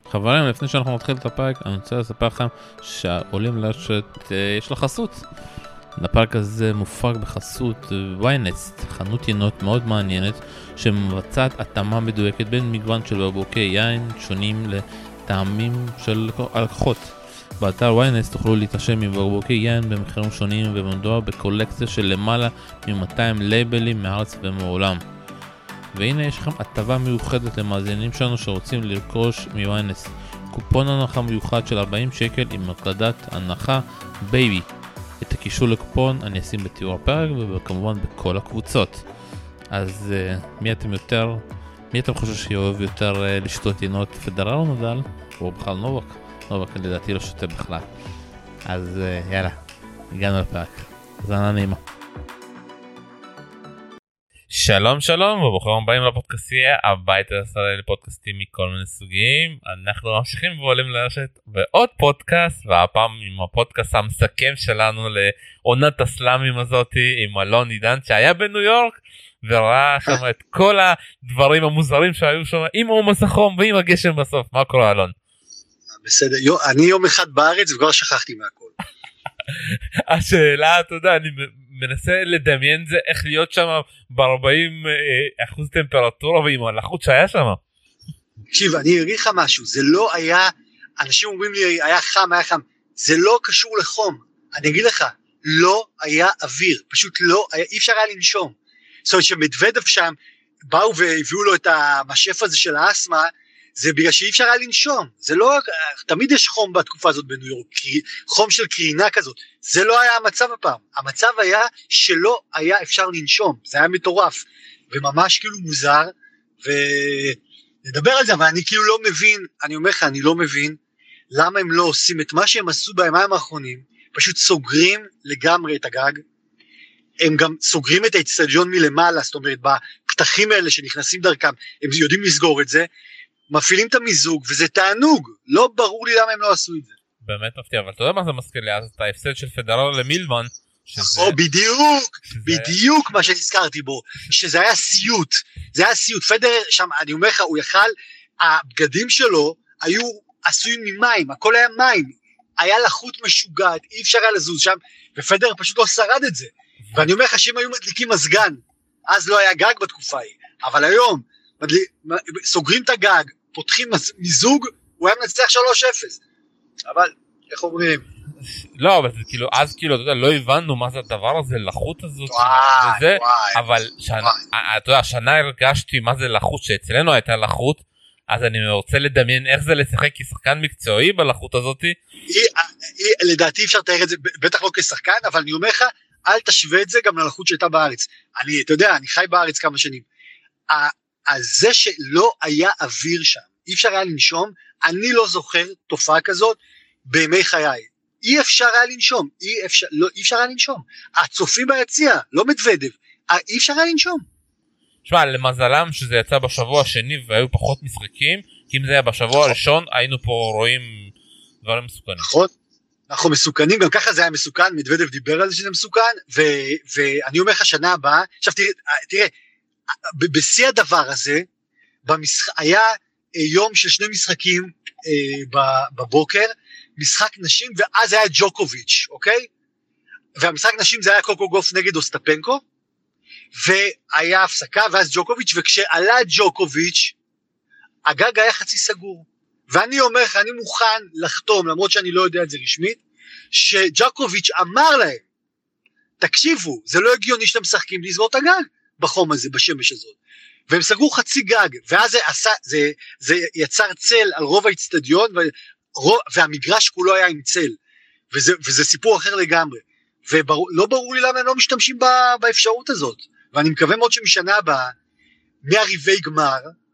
חברים, לפני שאנחנו נתחיל את הפרק, אני רוצה לספר לכם שעולים לרשת יש לה חסות. הפרק הזה מופק בחסות ויינסט, חנות יינות מאוד מעניינת שמבצעת התאמה מדויקת בין מגוון של בקבוקי יין שונים לטעמים של הלקוחות. באתר ויינסט תוכלו להתרשם מבקבוקי יין במחירים שונים ומדובר בקולקציה של למעלה מ-200 לייבלים מארץ ומעולם. והנה יש לכם הטבה מיוחדת למאזינים שלנו שרוצים לרכוש מוויינס. קופון הנחה מיוחד של 40 שקל עם הקלדת הנחה בייבי. את הקישור לקופון אני אשים בתיאור הפרק וכמובן בכל הקבוצות. אז מי אתם חושבים שאוהב יותר לשתות יינות, פדרר או נדל? או בכלל נובק? נובק לדעתי לא שותה בכלל. אז יאללה, הגענו לפרק. זנה נעימה. שלום שלום וברוכים הבאים לפודקאסטייה, הבית הישראלי לפודקאסטים מכל מיני סוגים. אנחנו ממשיכים ועולים לרשת בעוד פודקאסט, והפעם עם הפודקאסט המסכם שלנו לעונת הסלאמים הזאתי עם אלון עידן שהיה בניו יורק וראה שם את כל הדברים המוזרים שהיו שם עם עומס החום ועם הגשם בסוף. מה קורה אלון? בסדר, אני יום אחד בארץ וכבר שכחתי מהכל. השאלה, אתה יודע, אני מנסה לדמיין זה איך להיות שם ב-40% טמפרטורה ועם הלחות שהיה שם. תקשיב, אני אראה לך משהו, זה לא היה, אנשים אומרים לי היה חם, זה לא קשור לחום, אני אגיד לך, לא היה אוויר, פשוט לא, אי אפשר היה לנשום. זאת אומרת שמדוודב שם, באו והביאו לו את המשף הזה של האסמה, זה בגלל שאי אפשר היה לנשום, זה לא, תמיד יש חום בתקופה הזאת בניו יורק, חום של קרינה כזאת, זה לא היה המצב הפעם, המצב היה שלא היה אפשר לנשום, זה היה מטורף, וממש כאילו מוזר, ונדבר על זה, אבל אני כאילו לא מבין, אני אומר לך, אני לא מבין, למה הם לא עושים את מה שהם עשו בימים האחרונים, פשוט סוגרים לגמרי את הגג, הם גם סוגרים את האצטדיון מלמעלה, זאת אומרת, בפתחים האלה שנכנסים דרכם, הם יודעים לסגור את זה, מפעילים את המיזוג, וזה תענוג, לא ברור לי למה הם לא עשו את זה. באמת מפתיע, אבל אתה יודע מה זה מזכיר לי, אז את ההפסד של פדרר למילמן, או בדיוק מה שהזכרתי בו, שזה היה סיוט, פדרר שם, אני אומר לך, הוא יכל, הבגדים שלו היו עשויים ממים, הכל היה מים, היה לחות משוגעת, אי אפשר היה לזוז שם, ופדרר פשוט לא שרד את זה, ואני אומר לך שאם היו מדליקים מזגן, אז לא היה גג בתקופה היא, אבל היום, סוגרים את הגג, פותחים מיזוג, הוא היה מנצח 3-0, אבל איך אומרים? לא, אבל זה כאילו, אז כאילו, אתה יודע, לא הבנו מה זה הדבר הזה, לחות הזאת, וזה, אבל אתה יודע, השנה הרגשתי מה זה לחות, שאצלנו הייתה לחות, אז אני רוצה לדמיין איך זה לשחק כשחקן מקצועי בלחות הזאת. לדעתי אפשר לתאר את זה, בטח לא כשחקן, אבל אני אומר לך, אל תשווה את זה גם ללחות שהייתה בארץ. אתה יודע, אני חי בארץ כמה שנים. אז זה שלא היה אוויר שם, אי אפשר היה לנשום, אני לא זוכר תופעה כזאת בימי חיי, אי אפשר היה לנשום, אי אפשר היה לנשום, הצופים ביציע, לא מדוודב, אי אפשר היה לנשום. שמע, למזלם שזה יצא בשבוע השני והיו פחות משחקים, כי אם זה היה בשבוע הראשון, היינו פה רואים דברים מסוכנים. נכון, אנחנו מסוכנים, גם ככה זה היה מסוכן, מדוודב דיבר על זה שזה מסוכן, ואני אומר לך שנה הבאה, עכשיו תראה, בשיא הדבר הזה, היה יום של 2 משחקים בבוקר, משחק נשים, ואז היה ג'וקוביץ', אוקיי? והמשחק נשים זה היה קוקו גוף נגד אוסטפנקו, והיה הפסקה, ואז ג'וקוביץ', וכשעלה ג'וקוביץ', הגג היה חצי סגור, ואני אומר לך, אני מוכן לחתום, למרות שאני לא יודע את זה רשמית, שג'וקוביץ' אמר להם, תקשיבו, זה לא הגיוני שאתם משחקים לסגור את הגג, בחום הזה, בשמש הזאת, והם סגרו חצי גג, ואז זה יצר צל על רוב האצטדיון, והמגרש כולו היה עם צל, וזה סיפור אחר לגמרי, ולא ברור לי למה הם לא משתמשים באפשרות הזאת, ואני מקווה מאוד שמשנה הבאה, מהריבי גמר,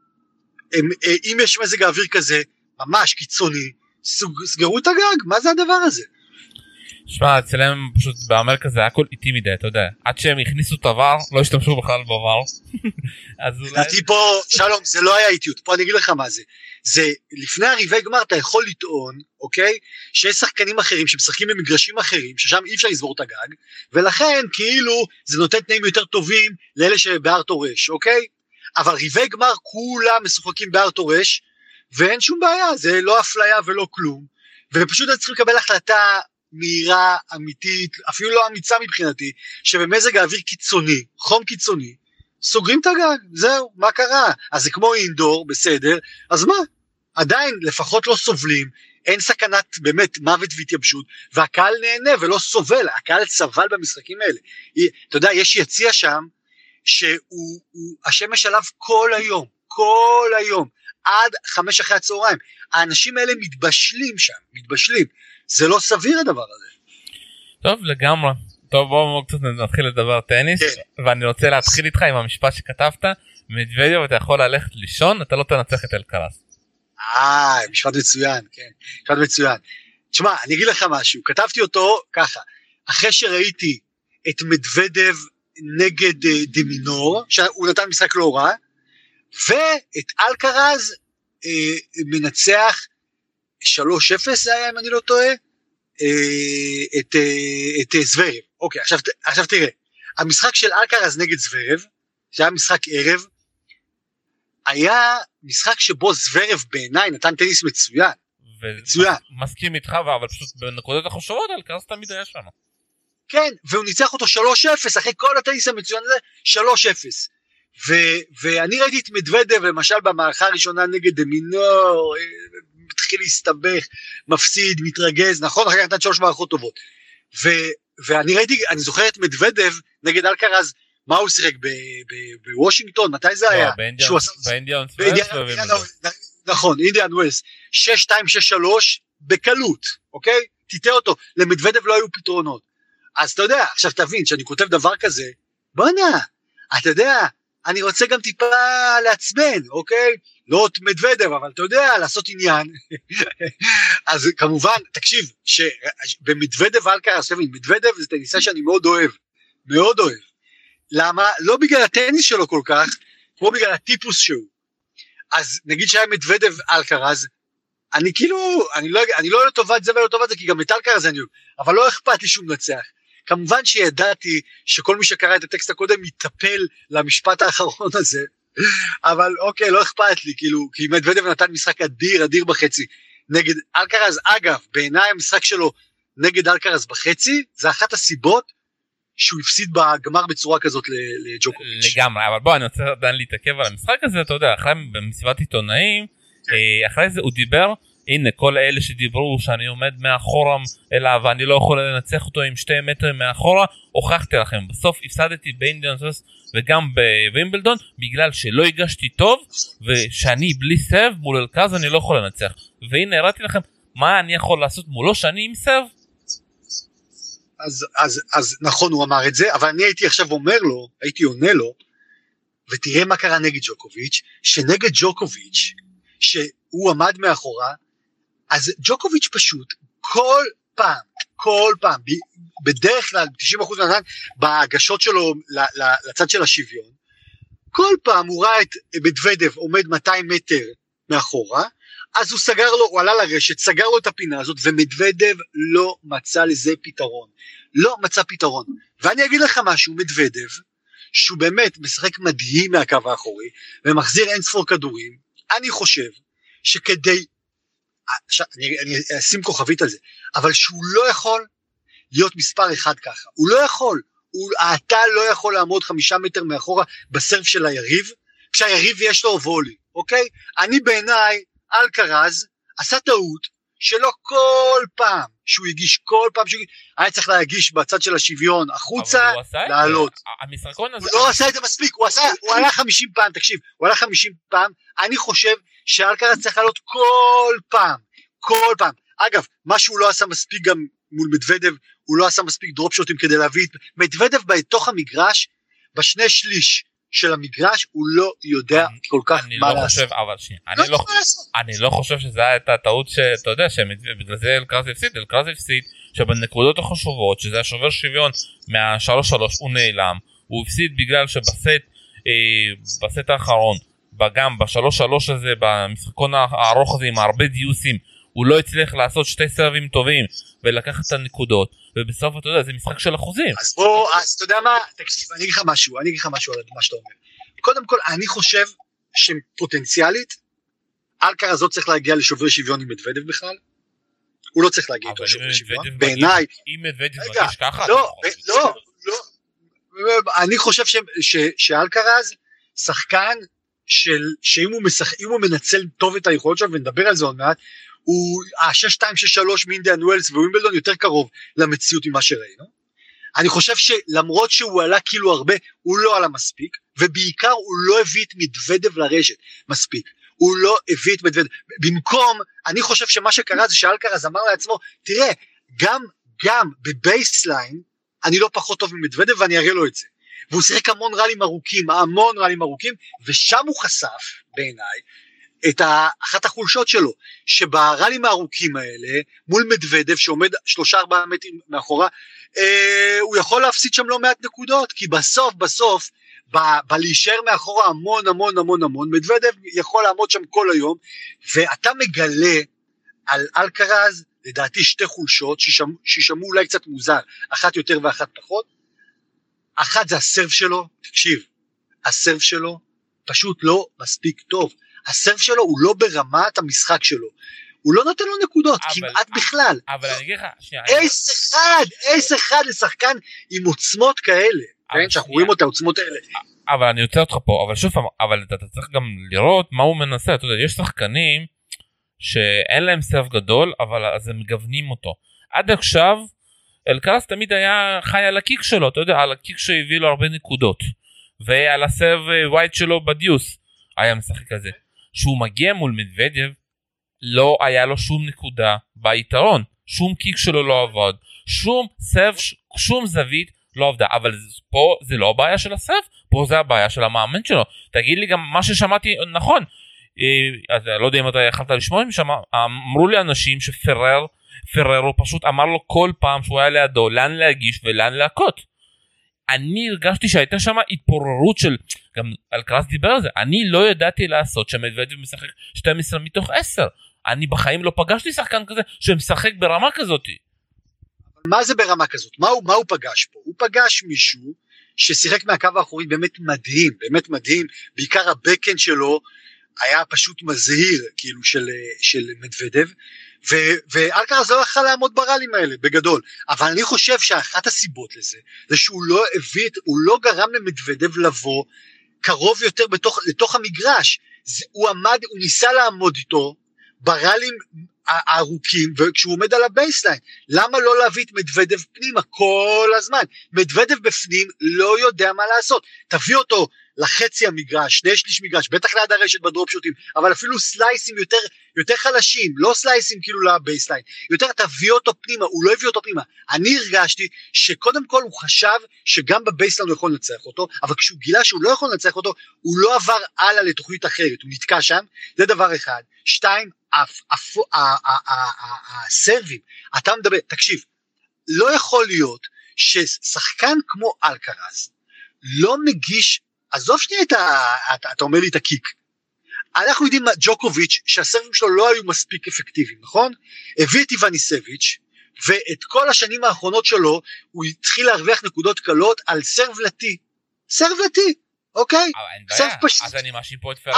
אם יש מזג האוויר כזה, ממש קיצוני, סגרו את הגג, מה זה הדבר הזה? שמע, אצלם פשוט באמריקה זה היה הכל איטי מדי, אתה יודע, עד שהם הכניסו את הוואר, לא השתמשו בכלל בוואר. לדעתי פה, שלום, זה לא היה איטיות, פה אני אגיד לך מה זה, זה לפני הריבי גמר אתה יכול לטעון, אוקיי, שיש שחקנים אחרים שמשחקים במגרשים אחרים, ששם אי אפשר לסגור את הגג, ולכן כאילו זה נותן תנאים יותר טובים לאלה שבהר תורש, אוקיי? אבל ריבי גמר כולם משוחקים בהר תורש, ואין שום בעיה, זה לא אפליה ולא כלום, ופשוט צריכים לקבל החלטה מהירה, אמיתית, אפילו לא אמיצה מבחינתי, שבמזג האוויר קיצוני, חום קיצוני, סוגרים את הגג, זהו, מה קרה? אז זה כמו אינדור, בסדר, אז מה? עדיין לפחות לא סובלים, אין סכנת באמת מוות והתייבשות, והקהל נהנה ולא סובל, הקהל סבל במשחקים האלה. אתה יודע, יש יציע שם, השמש עליו כל היום, עד 5 אחרי הצהריים, האנשים האלה מתבשלים שם, זה לא סביר הדבר הזה. טוב, לגמרי. טוב, בואו קצת נתחיל לדבר טניס, ואני רוצה להתחיל איתך עם המשפט שכתבת, מדוודייב אתה יכול ללכת לישון, אתה לא תנצח את אלקרז. משפט מצוין, כן, משפט מצוין. תשמע, אני אגיד לך משהו, כתבתי אותו ככה, אחרי שראיתי את מדוודייב נגד דמינור, שהוא נתן משחק לא רע, ואת אלקרז מנצח 3-0 זה היה, אם אני לא טועה, את זוורב. אוקיי, עכשיו תראה, המשחק של אלקרז נגד זוורב, שהיה משחק ערב, היה משחק שבו זוורב בעיניי נתן טניס מצוין. מסכים איתך, אבל פשוט בנקודות החשובות אלקרז תמיד היה שם. כן, והוא ניצח אותו 3-0, אחרי כל הטניס המצוין הזה, 3-0. ואני ראיתי את מדוודייב למשל במערכה הראשונה נגד דמינור, מתחיל להסתבך, מפסיד, מתרגז, נכון? אחר כך נתן 3 מערכות טובות. ואני ראיתי, אני זוכר את מדוודייב נגד אלקרז, מה הוא שיחק בוושינגטון, מתי זה היה? באינדיאן נכון, אינדיאן ווילס, 6-2, 6-3, בקלות, אוקיי? תיתה אותו, למדוודייב לא היו פתרונות. אז אתה יודע, עכשיו תבין, שאני כותב דבר כזה, בוא'נה, אתה יודע, אני רוצה גם טיפה לעצבן, אוקיי? לא את מדוודייב, אבל אתה יודע, לעשות עניין. אז כמובן, תקשיב, במדוודייב אלקרז, מדוודייב זה טניסאי שאני מאוד אוהב, מאוד אוהב. למה? לא בגלל הטניס שלו כל כך, כמו בגלל הטיפוס שהוא. אז נגיד שהיה מדוודייב אלקרז, אני כאילו, אני לא לטובת זה ולא לטובת זה, כי גם את אלקרז אני אוהב, אבל לא אכפת לי שהוא מנצח. כמובן שידעתי שכל מי שקרא את הטקסט הקודם יטפל למשפט האחרון הזה, אבל אוקיי, לא אכפת לי, כאילו, כי מדוודייב נתן משחק אדיר בחצי, נגד אלקרז. אגב, בעיניי המשחק שלו נגד אלקרז בחצי, זה אחת הסיבות שהוא הפסיד בגמר בצורה כזאת לג'וקוביץ'. לגמרי, אבל בוא, אני רוצה עדיין להתעכב על המשחק הזה, אתה יודע, אחרי במסיבת עיתונאים, אחרי זה הוא דיבר, הנה כל אלה שדיברו שאני עומד מאחורה אליו ואני לא יכול לנצח אותו עם 2 מטרים מאחורה, הוכחתי לכם, בסוף הפסדתי באינדיאן ווילס וגם בווימבלדון בגלל שלא הגשתי טוב ושאני בלי סב מול אלקרז אני לא יכול לנצח, והנה הראיתי לכם מה אני יכול לעשות מולו שאני עם סב. אז נכון הוא אמר את זה, אבל אני הייתי עכשיו אומר לו, הייתי עונה לו, ותראה מה קרה נגד ג'וקוביץ', שנגד ג'וקוביץ' שהוא עמד מאחורה, אז ג'וקוביץ' פשוט כל פעם, בדרך כלל 90% מהזמן, בהגשות שלו לצד של השוויון, כל פעם הוא ראה את מדוודייב עומד 200 מטר מאחורה, אז הוא סגר לו, הוא עלה לרשת, סגר לו את הפינה הזאת, ומדוודייב לא מצא לזה פתרון, לא מצא פתרון. ואני אגיד לך משהו, מדוודייב, שהוא באמת משחק מדהים מהקו האחורי, ומחזיר אין ספור כדורים, אני חושב שכדי, אני אשים כוכבית על זה, אבל שהוא לא יכול להיות מספר אחד ככה, הוא לא יכול, אתה לא יכול לעמוד 5 מטר מאחורה בסרף של היריב, כשהיריב יש לו וולי, אוקיי? אני בעיניי, אלקרז עשה טעות שלא כל פעם שהוא הגיש, היה צריך להגיש בצד של השוויון החוצה, לעלות. הוא לא עשה את זה מספיק, הוא עלה 50 פעם, תקשיב, הוא עלה 50 פעם, אני חושב שאלקרז צריך לעלות כל פעם. אגב, מה שהוא לא עשה מספיק גם מול מדוודייב, הוא לא עשה מספיק דרופ שוטים כדי להביא את מדוודייב בתוך המגרש, בשני שליש של המגרש, הוא לא יודע כל כך מה לעשות. אני לא חושב שזה היה את הטעות שאתה יודע, שבגלל זה אלקרז הפסיד, שבנקודות החשובות, שזה השובר שוויון מה-3-3, הוא נעלם, הוא הפסיד בגלל שבסט האחרון, גם ב-3-3 הזה, במשחקון הארוך הזה עם הרבה דיוסים, הוא לא הצליח לעשות 2 סרבים טובים, ולקחת את הנקודות, ובסוף אתה יודע, זה משחק של אחוזים. אז אתה יודע מה, תקשיב, אני אגיד לך משהו על מה שאתה אומר. קודם כל, אני חושב שפוטנציאלית, אלקרז לא צריך להגיע לשוברי שוויון עם מדוודב בכלל, הוא לא צריך להגיע איתו לשוברי שוויון, בעיניי, אם מדוודב מרגיש ככה, לא, אני חושב שאלקרז שחקן שאם הוא מנצל טוב את היכולות שלו, ונדבר על זה עוד מעט, הוא ה-6-2-6-3 מאינדיאן ווילס ווימבלדון יותר קרוב למציאות ממה שראינו. אני חושב שלמרות שהוא עלה כאילו הרבה, הוא לא עלה מספיק, ובעיקר הוא לא הביא את מדוודב לרשת מספיק. הוא לא הביא את מדוודב. במקום, אני חושב שמה שקרה זה שאלקרז אמר לעצמו, תראה, גם בבייסליין, אני לא פחות טוב ממדוודב ואני אראה לו את זה. והוא שיחק המון רלים ארוכים, ושם הוא חשף, בעיניי, את אחת החולשות שלו, שברלים הארוכים האלה, מול מדוודב שעומד 3-4 מטרים מאחורה, הוא יכול להפסיד שם לא מעט נקודות, כי בסוף, בלהישאר מאחורה המון, מדוודב יכול לעמוד שם כל היום, ואתה מגלה על אלקרז, לדעתי שתי חולשות, שישמעו אולי קצת מוזר, אחת יותר ואחת פחות, אחת זה הסרב שלו, תקשיב, הסרב שלו פשוט לא מספיק טוב, הסרב שלו הוא לא ברמת המשחק שלו, הוא לא נותן לו נקודות, כמעט בכלל. אבל אני אגיד לך, שנייה. אייס אחד לשחקן עם עוצמות כאלה, כן, שאנחנו רואים אותה, עוצמות האלה. אבל אני יוצא אותך פה, אבל שוב, אבל אתה צריך גם לראות מה הוא מנסה, אתה יודע, יש שחקנים שאין להם סרב גדול, אבל אז הם מגוונים אותו. עד עכשיו, אלקרז תמיד היה חי על הקיק שלו, אתה יודע, על הקיק שהביא לו הרבה נקודות, ועל הסרב ווייט שלו בדיוס, היה משחק כזה. שהוא מגיע מול מדוודב, לא היה לו שום נקודה ביתרון, שום קיק שלו לא עבד, שום סרב, שום זווית לא עבדה, אבל פה זה לא הבעיה של הסרב, פה זה הבעיה של המאמן שלו. תגיד לי גם מה ששמעתי, נכון, אז לא יודע אם אתה יכולת לשמוע, אמרו לי אנשים שפררו פשוט אמר לו כל פעם שהוא היה לידו, לאן להגיש ולאן להכות. אני הרגשתי שהייתה שם התפוררות של, גם אלקרז דיבר על זה, אני לא ידעתי לעשות שמדוודב משחק 12 מתוך 10, אני בחיים לא פגשתי שחקן כזה שמשחק ברמה כזאת. מה זה ברמה כזאת? מה הוא פגש פה? הוא פגש מישהו ששיחק מהקו האחורי באמת מדהים, בעיקר הבקן שלו היה פשוט מזהיר כאילו של מדוודב, ואלקרז לא יכול לעמוד ברלים האלה בגדול, אבל אני חושב שאחת הסיבות לזה זה שהוא לא גרם למדוודב לבוא קרוב יותר לתוך המגרש, הוא ניסה לעמוד איתו ברלים הארוכים, וכשהוא עומד על הבייסליין, למה לא להביא את מדוודב פנימה כל הזמן? מדוודב בפנים לא יודע מה לעשות, תביא אותו לחצי המגרש, 2/3 מגרש, בטח ליד הרשת בדרופ שוטים, אבל אפילו סלייסים יותר חלשים, לא סלייסים כאילו לבייסליין, יותר תביא אותו פנימה, הוא לא הביא אותו פנימה. אני הרגשתי שקודם כל הוא חשב שגם בבייסליין הוא יכול לנצח אותו, אבל כשהוא גילה שהוא לא יכול לנצח אותו, הוא לא עבר הלאה לתוכנית אחרת, הוא נתקע שם, זה דבר אחד. 2, הסרבים, אתה מדבר, תקשיב, לא יכול להיות ששחקן כמו אלקרז לא מגיש, עזוב שנייה אתה אומר לי את הקיק, אנחנו יודעים ג'וקוביץ' שהסרבים שלו לא היו מספיק אפקטיביים, נכון? הביא את איווניסביץ' ואת כל השנים האחרונות שלו הוא התחיל להרוויח נקודות קלות על סרב לטי, אוקיי? סרב פשוט. אז אני מאשים פה את פררו.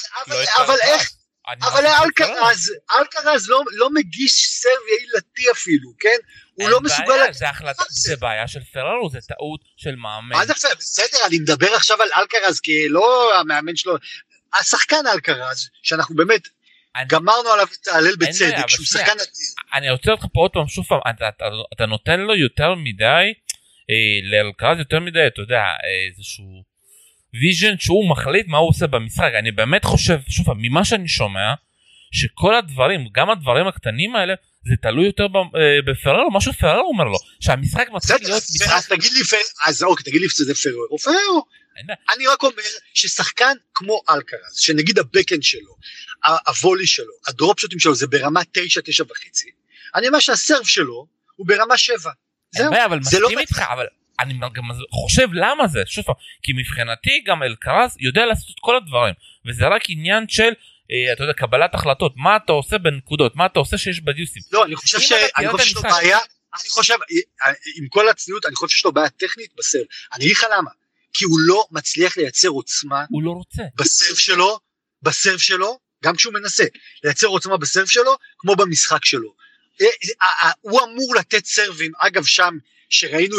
אבל אלקרז לא מגיש סרב יעילתי אפילו, כן? הוא לא מסוגל... זה בעיה של פררו, זה טעות של מאמן. מה זה בסדר, אני מדבר עכשיו על אלקרז, כי לא המאמן שלו, השחקן אלקרז, שאנחנו באמת גמרנו עליו את ההלל בצדק, שהוא שחקן... אני רוצה אותך פה עוד פעם, שוב פעם, אתה נותן לו יותר מדי, לאלקרז יותר מדי, אתה יודע, איזשהו ויז'ן שהוא מחליט מה הוא עושה במשחק. אני באמת חושב, שוב פעם, ממה שאני שומע, שכל הדברים, גם הדברים הקטנים האלה, זה תלוי יותר בפררו, מה שפררו אומר לו, שהמשחק מתחיל להיות משחק... אז תגיד לי שזה פררו או פררו. אני רק אומר ששחקן כמו אלקרז, שנגיד הבקן שלו, הוולי שלו, הדרופשוטים שלו, זה ברמה 9-9.5, אני אומר שהסרב שלו הוא ברמה 7. זהו. אבל מסכים איתך, אבל אני גם חושב למה זה, שוב פעם, כי מבחינתי גם אלקרז יודע לעשות את כל הדברים, וזה רק עניין של... אתה יודע, קבלת החלטות, מה אתה עושה בנקודות, מה אתה עושה שיש בדיוסים. לא, אני חושב שיש לו בעיה, עם כל הצניעות, אני חושב שיש לו בעיה טכנית בסרב. אני אגיד לך למה, כי הוא לא מצליח לייצר עוצמה, הוא לא רוצה. בסרב שלו, גם כשהוא מנסה, לייצר עוצמה בסרף שלו, כמו במשחק שלו. הוא אמור לתת סרבים, אגב שם, שראינו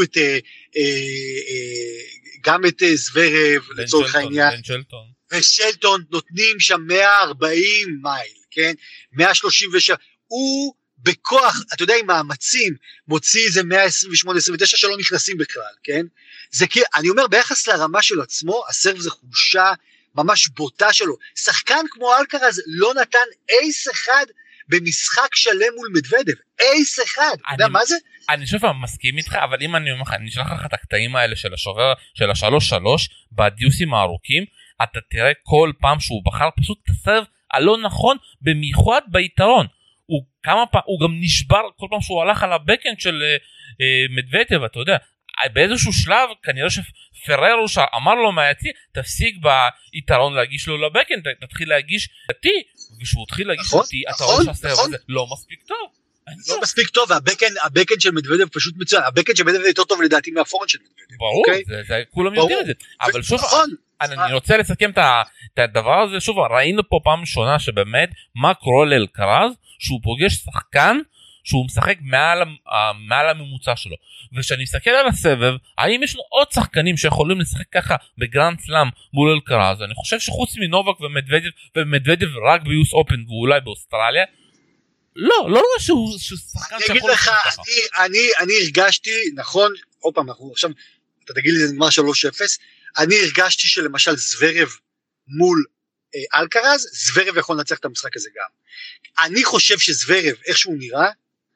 גם את זוורב, לצורך העניין, ושלטון, נותנים שם 140 מייל, כן? 137, הוא בכוח, אתה יודע, עם מאמצים, מוציא איזה 128-29 שלא נכנסים בכלל, כן? זה כי, אני אומר, ביחס לרמה של עצמו, הסרב זה חולשה ממש בוטה שלו. שחקן כמו אלקרז לא נתן אייס אחד במשחק שלם מול מדוודב. אייס אחד, אתה יודע מה זה? אני חושב מסכים איתך, אבל אם אני אומר לך, אני אשלח לך את הקטעים האלה של השובר, של ה-3-3, בדיוסים הארוכים, אתה תראה כל פעם שהוא בחר פשוט את הסרב הלא נכון, במיוחד ביתרון. הוא גם נשבר כל פעם שהוא הלך על הבקאנד של מדוודב, אתה יודע, באיזשהו שלב כנראה שפררו שאמר לו מהיציע, תפסיק ביתרון להגיש לו לבקאנד, תתחיל להגיש אותי, וכשהוא התחיל להגיש אותי, אתה רואה שהסרב הזה לא מספיק טוב. לא מספיק טוב, והבקאנד של מדוודב פשוט מצוין, הבקאנד של מדוודב יותר טוב לדעתי מהפורנד של מדוודב. ברור, כולם יודעים את זה, אבל שוב, אני רוצה לסכם את הדבר הזה, שוב, ראינו פה פעם שונה שבאמת, מה קורה לאלקרז, שהוא פוגש שחקן, שהוא משחק מעל הממוצע שלו, וכשאני מסתכל על הסבב, האם יש לו עוד שחקנים שיכולים לשחק ככה בגרנד סלאם מול אלקרז, אני חושב שחוץ מנובק ומדוודב רק ביוס אופן ואולי באוסטרליה, לא רואה שהוא שחקן שיכול לשחק ככה. אני הרגשתי, נכון, עוד פעם, עכשיו, אתה תגיד לי זה נגמר 3-0, אני הרגשתי שלמשל זוורב מול אלקרז, זוורב יכול לנצח את המשחק הזה גם. אני חושב שזוורב, איך שהוא נראה,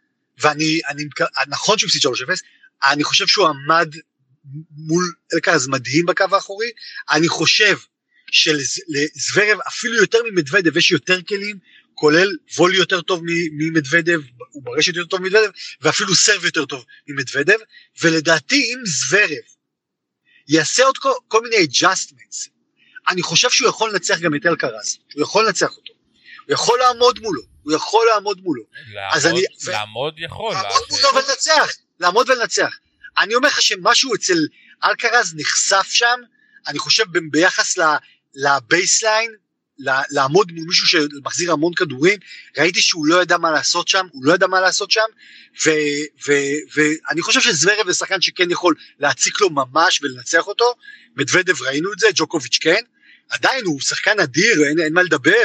נכון שהוא הפסיד 3-0, אני חושב שהוא עמד מול אלקרז מדהים בקו האחורי, אני חושב שלזוורב אפילו יותר ממדוודב, יש יותר כלים, כולל וולי יותר טוב ממדוודב, הוא ברשת יותר טוב ממדוודב, ואפילו סרב יותר טוב ממדוודב, ולדעתי אם זוורב יעשה עוד כל מיני adjustments, אני חושב שהוא יכול לנצח גם את אלקרז, הוא יכול לנצח אותו, הוא יכול לעמוד מולו, לעמוד יכול, לעמוד ולנצח, אני אומר לך שמשהו אצל אלקרז נחשף שם, אני חושב ביחס לבייסליין, לעמוד מול מישהו שמחזיר המון כדורים, ראיתי שהוא לא ידע מה לעשות שם, ואני חושב שזוורב זה שחקן שכן יכול להציק לו ממש ולנצח אותו, מדוודב ראינו את זה, ג'וקוביץ' כן, עדיין הוא שחקן אדיר, אין מה לדבר,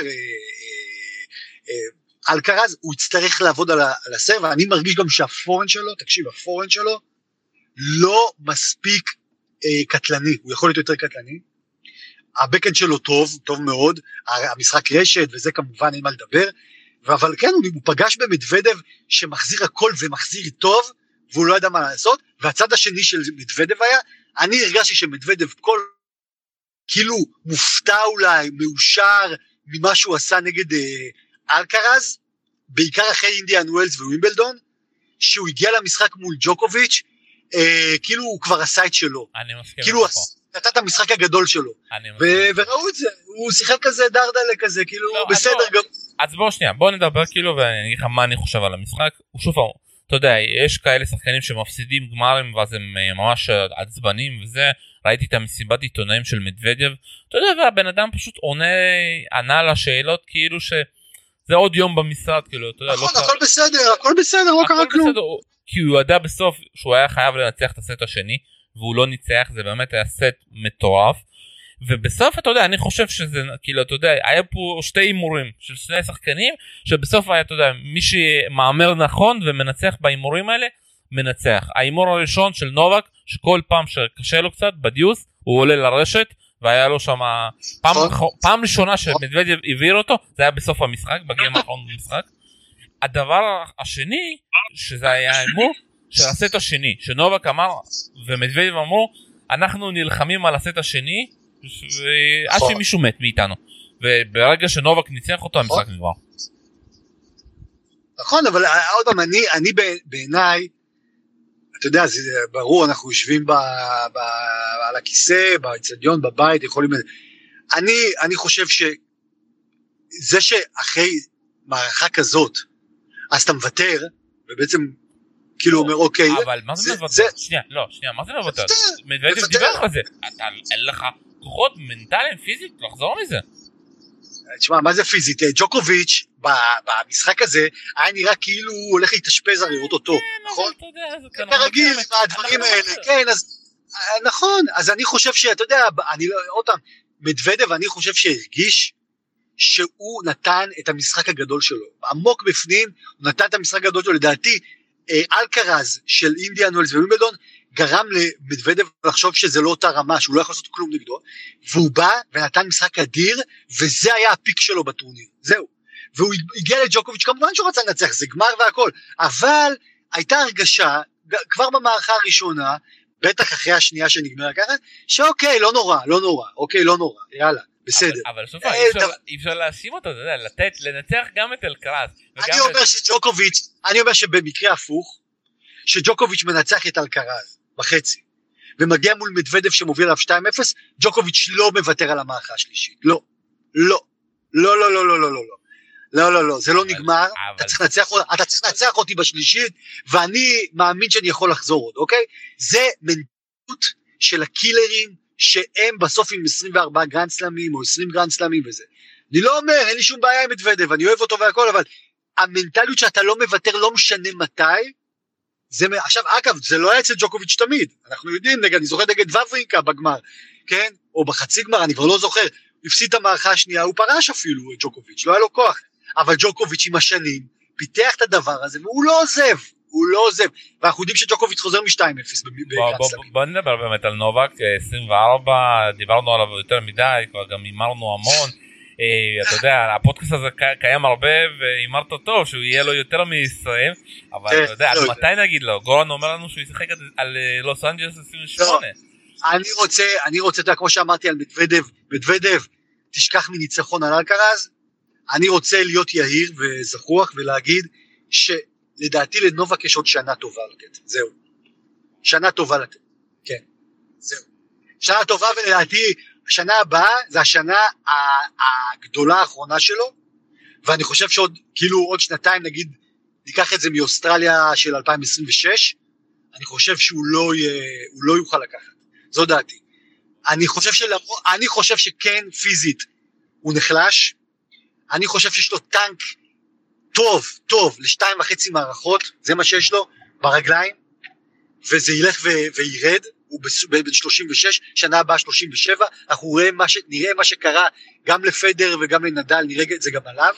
אלקרז הוא יצטרך לעבוד על הסרב, ואני מרגיש גם שהפורנד שלו לא מספיק קטלני, הוא יכול להיות יותר קטלני, הבקאנד שלו טוב מאוד, המשחק רשת וזה כמובן אין מה לדבר, אבל כן הוא פגש במדוודב שמחזיר הכל ומחזיר טוב, והוא לא ידע מה לעשות, והצד השני של מדוודב היה, אני הרגשתי שמדוודב כאילו מופתע אולי, מאושר ממה שהוא עשה נגד אלקרז, בעיקר אחרי אינדיאן ווילס ווימבלדון, שהוא הגיע למשחק מול ג'וקוביץ', כאילו הוא כבר עשה את שלו, כאילו נתת המשחק הגדול שלו, וראו את זה, הוא שיחק כזה דרדלה כזה, כאילו בסדר גם. אז בוא נדבר כאילו, ואני אגיד לך מה אני חושב על המשחק, שוב, אתה יודע, יש כאלה שחקנים שמפסידים גמרים, ואז הם ממש עצבנים וזה, ראיתי את המסיבת עיתונאים של מדוודב, אתה יודע, והבן אדם פשוט ענה לשאלות כאילו שזה עוד יום במשרד, כאילו, אתה יודע, הכל בסדר, לא קרה כלום. כי הוא ידע בסוף שהוא היה חייב לנצח את הסט השני, והוא לא ניצח, זה באמת היה סט מטורף, ובסוף אתה יודע, אני חושב שזה, כאילו, אתה יודע, היה פה שתי אימורים של שני שחקנים, שבסוף היה, אתה יודע, מי שמאמר נכון ומנצח באימורים האלה, מנצח. האימור הראשון של נובק, שכל פעם שקשה לו קצת בדיוס, הוא עולה לרשת, והיה לו שם, פעם ראשונה שמדוודב העביר אותו, זה היה בסוף המשחק, בגיים האחרון במשחק. הדבר השני, שזה היה האימור, של הסט השני, שנובק אמר, ומדוודב אמרו, אנחנו נלחמים על הסט השני, עד שמישהו מת מאיתנו, וברגע שנובק ניצח אותו, המשחק נגמר. נכון, אבל עוד פעם, אני בעיניי, אתה יודע, זה ברור, אנחנו יושבים על הכיסא, באצטדיון, בבית, יכולים, אני חושב שזה שאחרי מערכה כזאת, אז אתה מוותר, ובעצם כאילו אומר אוקיי, אבל מה זה מוותר? שנייה, מה זה מוותר? מדוודב דיבר על זה, אין לך כוחות מנטליים פיזית לחזור מזה. תשמע, מה זה פיזית? ג'וקוביץ' במשחק הזה היה נראה כאילו הוא הולך להתאשפז הרי אותו, נכון? כרגיל עם הדברים האלה, כן, אז נכון, אז אני חושב שאתה יודע, עוד פעם, מדוודב אני חושב שהרגיש שהוא נתן את המשחק הגדול שלו, עמוק בפנים הוא נתן את המשחק הגדול שלו, לדעתי אלקרז של אינדיאן ווילס ווימבלדון גרם למדוודב לחשוב שזה לא אותה רמה, שהוא לא יכול לעשות כלום נגדו, והוא בא ונתן משחק אדיר, וזה היה הפיק שלו בטורניר, זהו, והוא הגיע לג'וקוביץ', כמובן שהוא רצה לנצח, זה גמר והכל, אבל הייתה הרגשה, כבר במערכה הראשונה, בטח אחרי השנייה שנגמרה ככה, שאוקיי, לא נורא, אוקיי, לא נורא, יאללה, בסדר. אבל סופה, אי אפשר להשים אותו, לנצח גם את אלקרז. אני אומר שבמקרה הפוך, שג'וקוביץ' מנצח את אלקרז בחצי, ומגיע מול מדוודב שמוביל עליו 2-0, ג'וקוביץ' לא מוותר על המערכה השלישית, לא, זה לא נגמר, אתה צריך לנצח אותי בשלישית, ואני מאמין שאני יכול לחזור עוד, אוקיי? זה מנטות של הקילרים, שהם בסוף עם 24 גרנד סלמים, או 20 גרנד סלמים וזה. אני לא אומר, אין לי שום בעיה עם מדוודב, אני אוהב אותו והכל, אבל המנטליות שאתה לא מוותר, לא משנה מתי, עכשיו אגב, זה לא היה אצל ג'וקוביץ' תמיד, אנחנו יודעים, אני זוכר נגד וברינקה בגמר, כן? או בחצי גמר, אני כבר לא זוכר, הפסיד את המערכה השנייה, הוא פרש אפילו, ג'וקוביץ', לא היה לו כוח, אבל ג'וקוביץ' עם השנים, פיתח את הדבר הזה, והוא לא עוזב, ואנחנו יודעים שג'וקוביץ' חוזר מ-2-0. בוא נדבר באמת על נובק, 24, דיברנו עליו יותר מדי, כבר גם הימרנו המון, אתה יודע, הפודקאסט הזה קיים הרבה, והימרת טוב, שהוא יהיה לו יותר מ-20, אבל אתה יודע, מתי נגיד לו? גורן אומר לנו שהוא ישחק על לוס אנג'לס 28. אני רוצה, כמו שאמרתי על מדוודב, תשכח מניצחון על אלקרז, אני רוצה להיות יהיר וזכוח ולהגיד שלדעתי לנובק יש עוד שנה טובה לתת, זהו. שנה טובה לתת, כן, זהו. שנה טובה ולדעתי השנה הבאה זה השנה הגדולה האחרונה שלו, ואני חושב שעוד, כאילו עוד שנתיים נגיד, ניקח את זה מאוסטרליה של 2026, אני חושב שהוא לא יוכל לקחת, זו דעתי. אני חושב שכן פיזית הוא נחלש, אני חושב שיש לו טנק טוב ל2.5 מערכות, זה מה שיש לו ברגליים, וזה ילך וירד, הוא בין 36, שנה הבאה 37, אנחנו נראה מה שקרה גם לפדר וגם לנדל, נראה את זה גם עליו,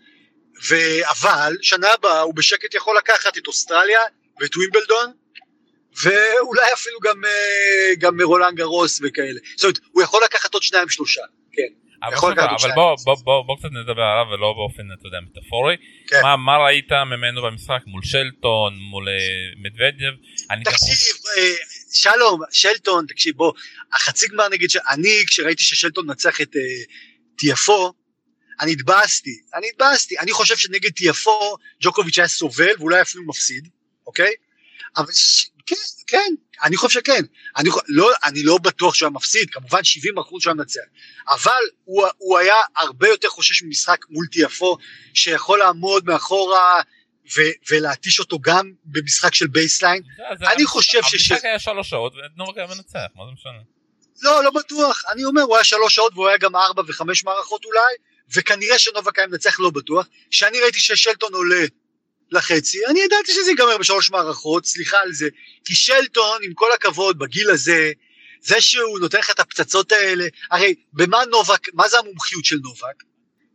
אבל שנה הבאה הוא בשקט יכול לקחת את אוסטרליה ואת ווימבלדון, ואולי אפילו גם מרולנד גרוס וכאלה, זאת אומרת, הוא יכול לקחת עוד 2-3, כן. אבל בוא קצת נדבר עליו ולא באופן, אתה יודע, מטאפורי. מה ראית ממנו במשחק מול שלטון, מול מדוודב? תקשיב, שלום, שלטון, תקשיב, בוא, החצי גמר נגיד שאני, כשראיתי ששלטון נצח את טיאפו, אני התבאסתי, אני חושב שנגד טיאפו, ג'וקוביץ' היה סובל, ואולי אפילו מפסיד, אוקיי? אבל כן, אני חושב שכן, אני לא בטוח שהוא היה מפסיד, כמובן 70% שהוא היה מנצח, אבל הוא היה הרבה יותר חושש ממשחק מול טיאפו, שיכול לעמוד מאחורה, ולהטיש אותו גם במשחק של בייסליין, אני חושב המשחק היה 3 שעות, ונובק היה מנצח, מה זה משנה? לא בטוח, אני אומר, הוא היה 3 שעות, והוא היה גם 4 ו5 מערכות אולי, וכנראה שנובק היה מנצח לא בטוח, שאני ראיתי ששלטון עולה, לחצי, אני ידעתי שזה ייגמר ב3 מערכות, סליחה על זה, כי שלטון, עם כל הכבוד, בגיל הזה, זה שהוא נותן לך את הפצצות האלה, הרי במה נובק, מה זה המומחיות של נובק?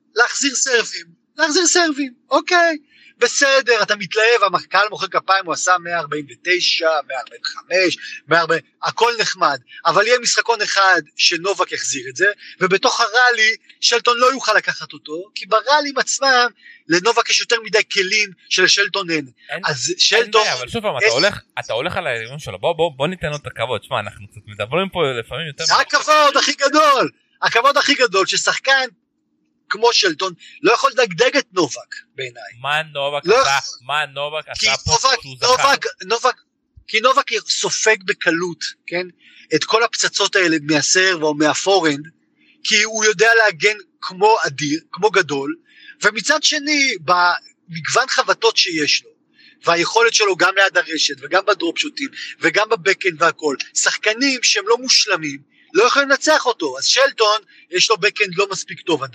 להחזיר סרבים, אוקיי, בסדר, אתה מתלהב, המקהל מוחא כפיים, הוא עשה 149, 145, 140, הכל נחמד, אבל יהיה משחקון אחד שנובק יחזיר את זה, ובתוך הראלי, שלטון לא יוכל לקחת אותו, כי בראלים עצמם, לנובק יש יותר מדי כלים שלשלטון אין. אז שלטון... אבל שוב פעם, אתה הולך על הארגון שלו, בוא ניתן לו את הכבוד, שמה, אנחנו קצת מדברים פה לפעמים יותר... זה הכבוד הכי גדול, ששחקן כמו שלטון, לא יכול לדגדג את נובק בעיניי. מה נובק עשה פה שהוא זכה? כי נובק סופג בקלות, כן? את כל הפצצות האלה מהסרב או מהפורנד, כי הוא יודע להגן כמו אדיר, כמו גדול, ומצד שני, במגוון חבטות שיש לו, והיכולת שלו גם ליד הרשת, וגם בדרופ שוטים, וגם בבקאנד והכל, שחקנים שהם לא מושלמים, לא יכולים לנצח אותו, אז שלטון יש לו בקאנד לא מספיק טוב עדיין,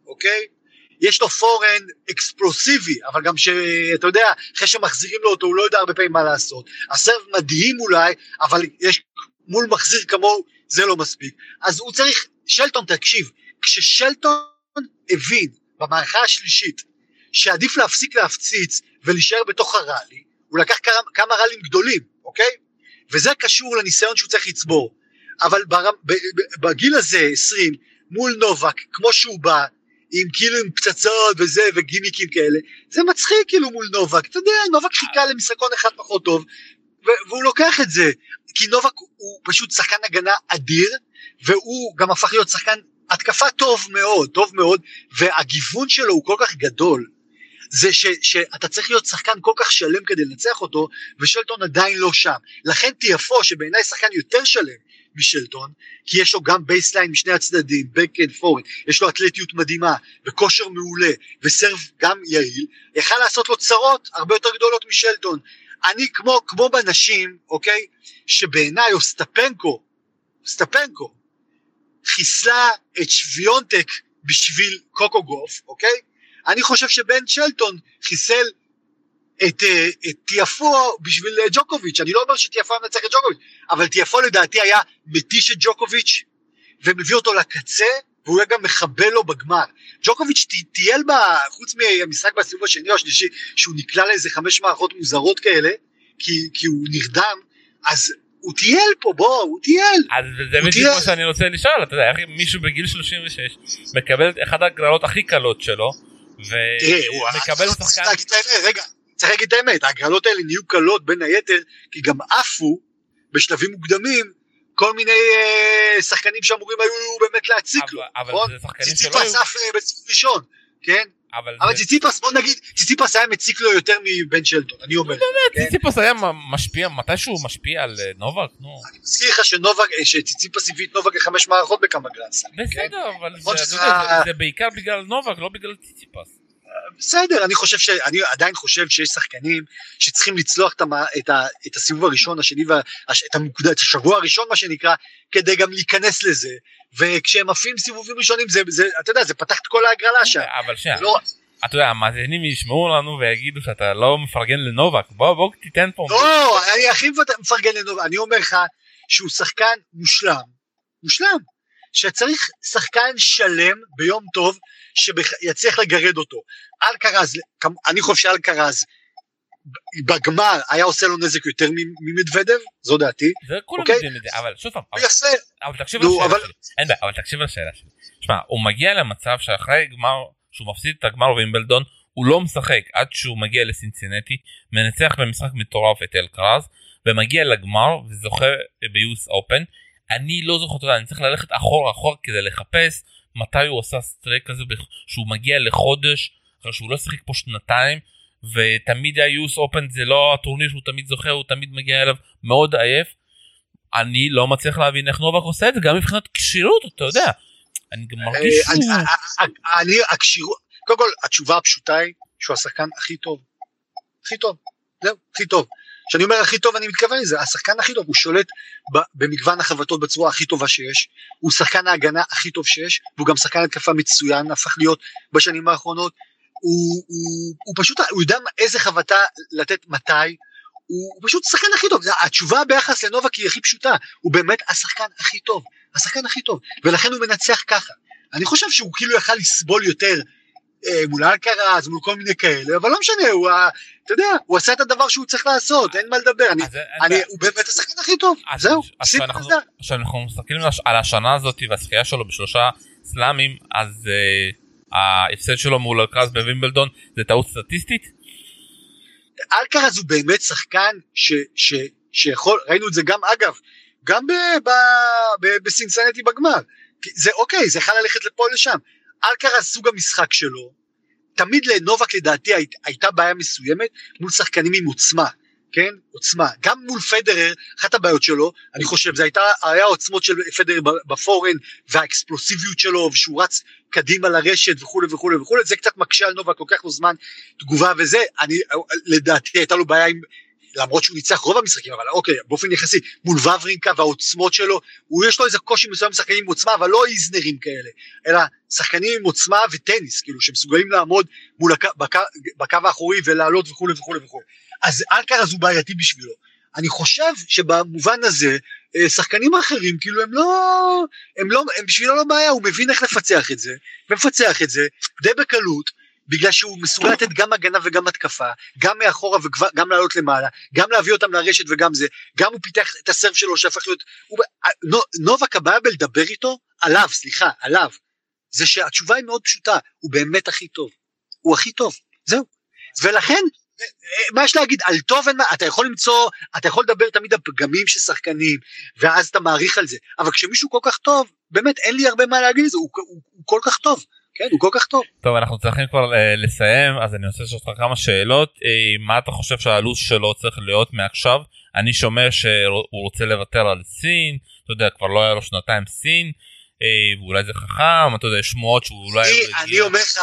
אוקיי? יש לו פורן אקספלוסיבי, אבל גם שאתה יודע, אחרי שמחזירים לו אותו, הוא לא יודע הרבה פעמים מה לעשות. הסרב מדהים אולי, אבל יש מול מחזיר כמוהו, זה לא מספיק. אז הוא צריך, שלטון תקשיב, כששלטון הבין במערכה השלישית, שעדיף להפסיק להפציץ ולהישאר בתוך הראלי, הוא לקח כמה ראלים גדולים, אוקיי? וזה קשור לניסיון שהוא צריך לצבור. אבל בגיל הזה, 20, מול נובק, כמו שהוא בא, עם כאילו עם פצצות וזה וגימיקים כאלה, זה מצחיק כאילו מול נובק, אתה יודע, נובק חיכה למשחקון אחד פחות טוב, והוא לוקח את זה, כי נובק הוא פשוט שחקן הגנה אדיר, והוא גם הפך להיות שחקן התקפה טוב מאוד, והגיוון שלו הוא כל כך גדול, זה שאתה צריך להיות שחקן כל כך שלם כדי לנצח אותו, ושלטון עדיין לא שם, לכן תיאפו שבעיניי שחקן יותר שלם משלטון, כי יש לו גם בייסליין משני הצדדים, בקאנד פורן, יש לו אתלטיות מדהימה, וכושר מעולה, וסרב גם יעיל, יכל לעשות לו צרות הרבה יותר גדולות משלטון. אני כמו בנשים, אוקיי, שבעיניי סטפנקו, חיסלה את שוויונטק בשביל קוקו גוף, אוקיי? אני חושב שבן שלטון חיסל את תיאפו בשביל ג'וקוביץ'. אני לא אומר שתיאפו מנצח את ג'וקוביץ', אבל תיאפו לדעתי היה מתיש את ג'וקוביץ' ומביא אותו לקצה, והוא היה גם מחבל לו בגמר. ג'וקוביץ' טייל חוץ מהמשחק בסיבוב השני או השלישי, שהוא נקלע לאיזה 5 מערכות מוזרות כאלה, כי הוא נרדם, אז הוא טייל פה, הוא טייל. אז זה בדיוק מה שאני רוצה לשאול, אתה יודע, איך מישהו בגיל 36 מקבל את אחד הגרלות הכי קלות שלו, ומקבל שחקן... רגע, צריך להגיד את האמת, ההגרלות האלה נהיו קלות בין היתר, כי גם עפו בשלבים מוקדמים, כל מיני שחקנים שאמורים היו באמת להציק לו. אבל זה שחקנים שלא היו... ציציפס עף בסיבוב ראשון, כן? אבל ציציפס, בוא נגיד, ציציפס היה מציק לו יותר מבן שלטון, אני אומר. באמת, ציציפס היה משפיע, מתישהו משפיע על נובק, נו. אני מזכיר לך שציציפס הביא את נובק ל5 מערכות בכמה גרנסים. בסדר, אבל זה בעיקר בגלל נובק, לא בגלל ציציפס. בסדר, אני עדיין חושב שיש שחקנים שצריכים לצלוח את הסיבוב הראשון, השני, את השבוע הראשון, מה שנקרא, כדי גם להיכנס לזה, וכשהם עפים סיבובים ראשונים, אתה יודע, זה פתח את כל ההגרלה שם. אבל אתה יודע, המאזינים ישמעו לנו ויגידו שאתה לא מפרגן לנובק, בוא תיתן פה. לא, אני הכי מפרגן לנובק, אני אומר לך שהוא שחקן מושלם, שצריך שחקן שלם ביום טוב, שיצליח לגרד אותו. אלקרז, אני חושב שאלקרז בגמר היה עושה לו נזק יותר ממדוודב, זו דעתי. זה כולם יודעים את זה, אבל שוב פעם, אבל תקשיב לשאלה שלי. תשמע, הוא מגיע למצב שאחרי גמר, שהוא מפסיד את הגמר ואימבלדון, הוא לא משחק עד שהוא מגיע לסינסינטי, מנצח במשחק מטורף את אלקרז, ומגיע לגמר וזוכה ביוס אופן. אני לא זוכר, אתה יודע, אני צריך ללכת אחורה כדי לחפש מתי הוא עשה סטרייק כזה, שהוא מגיע לחודש, אחרי שהוא לא שחק פה 2 ותמיד היוס אופן זה לא הטורניר שהוא תמיד זוכה, הוא תמיד מגיע אליו מאוד עייף. אני לא מצליח להבין איך נובק עושה את זה, גם מבחינת קשירות, אתה יודע. אני גם מרגיש קודם כל, התשובה הפשוטה היא שהוא השחקן הכי טוב. הכי טוב. כשאני אומר הכי טוב, אני מתכוון לזה, השחקן הכי טוב, הוא שולט במגוון החבטות בצורה הכי טובה שיש, הוא שחקן ההגנה הכי טוב שיש, והוא גם שחקן התקפה מצוין, הפך להיות בשנים האחרונות, הוא פשוט, הוא יודע איזה חבטה לתת מתי, הוא פשוט השחקן הכי טוב, התשובה ביחס לנובק היא הכי פשוטה, הוא באמת השחקן הכי טוב, ולכן הוא מנצח ככה. אני חושב שהוא כאילו יכל לסבול יותר, מול אלקרז, מול כל מיני כאלה, אבל לא משנה, אתה יודע, הוא עשה את הדבר שהוא צריך לעשות, אין מה לדבר, הוא באמת השחקן הכי טוב, זהו. עכשיו אנחנו מסתכלים על השנה הזאת והשחייה שלו ב3 סלאמים, אז ההפסד שלו מול אלקרז בווימבלדון, זה טעות סטטיסטית? אלקרז הוא באמת שחקן שיכול, ראינו את זה גם אגב, גם בסינסינטי בגמר, זה אוקיי, זה יכול ללכת לפה לשם, אלקרז סוג המשחק שלו, תמיד לנובק לדעתי הייתה בעיה מסוימת מול שחקנים עם עוצמה, כן? עוצמה. גם מול פדרר, אחת הבעיות שלו, אני חושב, זה היה עוצמות של פדרר בפורן, והאקספלוסיביות שלו, ושהוא רץ קדימה לרשת וכו' וכו' וכו', זה קצת מקשה על נובק, לוקח לו זמן תגובה וזה, לדעתי הייתה לו בעיה עם למרות שהוא ניצח רוב המשחקים, אבל אוקיי, באופן יחסי, מול וברינקה והעוצמות שלו, יש לו איזה קושי מסוים שחקנים עם עוצמה, אבל לא איזנרים כאלה, אלא שחקנים עם עוצמה וטניס, כאילו, שמסוגלים לעמוד מול בקו האחורי ולעלות וכו' וכו' וכו'. אז אלקרז הוא בעייתי בשבילו. אני חושב שבמובן הזה, שחקנים אחרים, כאילו הם בשבילו לא בעיה, הוא מבין איך לפצח את זה, ומפצח את זה די בקלות, בגלל שהוא מסוגל לתת גם הגנה וגם התקפה, גם מאחורה וגם לעלות למעלה, גם להביא אותם לרשת וגם זה, גם הוא פיתח את הסרב שלו שהפך להיות, נובק הבעיה בלדבר איתו, עליו, זה שהתשובה היא מאוד פשוטה, הוא באמת הכי טוב, הוא הכי טוב, זהו, ולכן, מה יש להגיד, על טוב אין מה, אתה יכול לדבר תמיד על פגמים של שחקנים, ואז אתה מעריך על זה, אבל כשמישהו כל כך טוב, באמת אין לי הרבה מה להגיד על זה, הוא כל כך טוב, כן, הוא כל כך טוב. טוב, אנחנו צריכים כבר לסיים, אז אני רוצה לשאול אותך כמה שאלות, מה אתה חושב שהלו"ז שלו צריך להיות מעכשיו? אני שומע שהוא רוצה לוותר על סין, אתה יודע, כבר לא היה לו שנתיים סין, ואולי זה חכם, אתה יודע, שמועות שהוא אולי... אני אומר לך,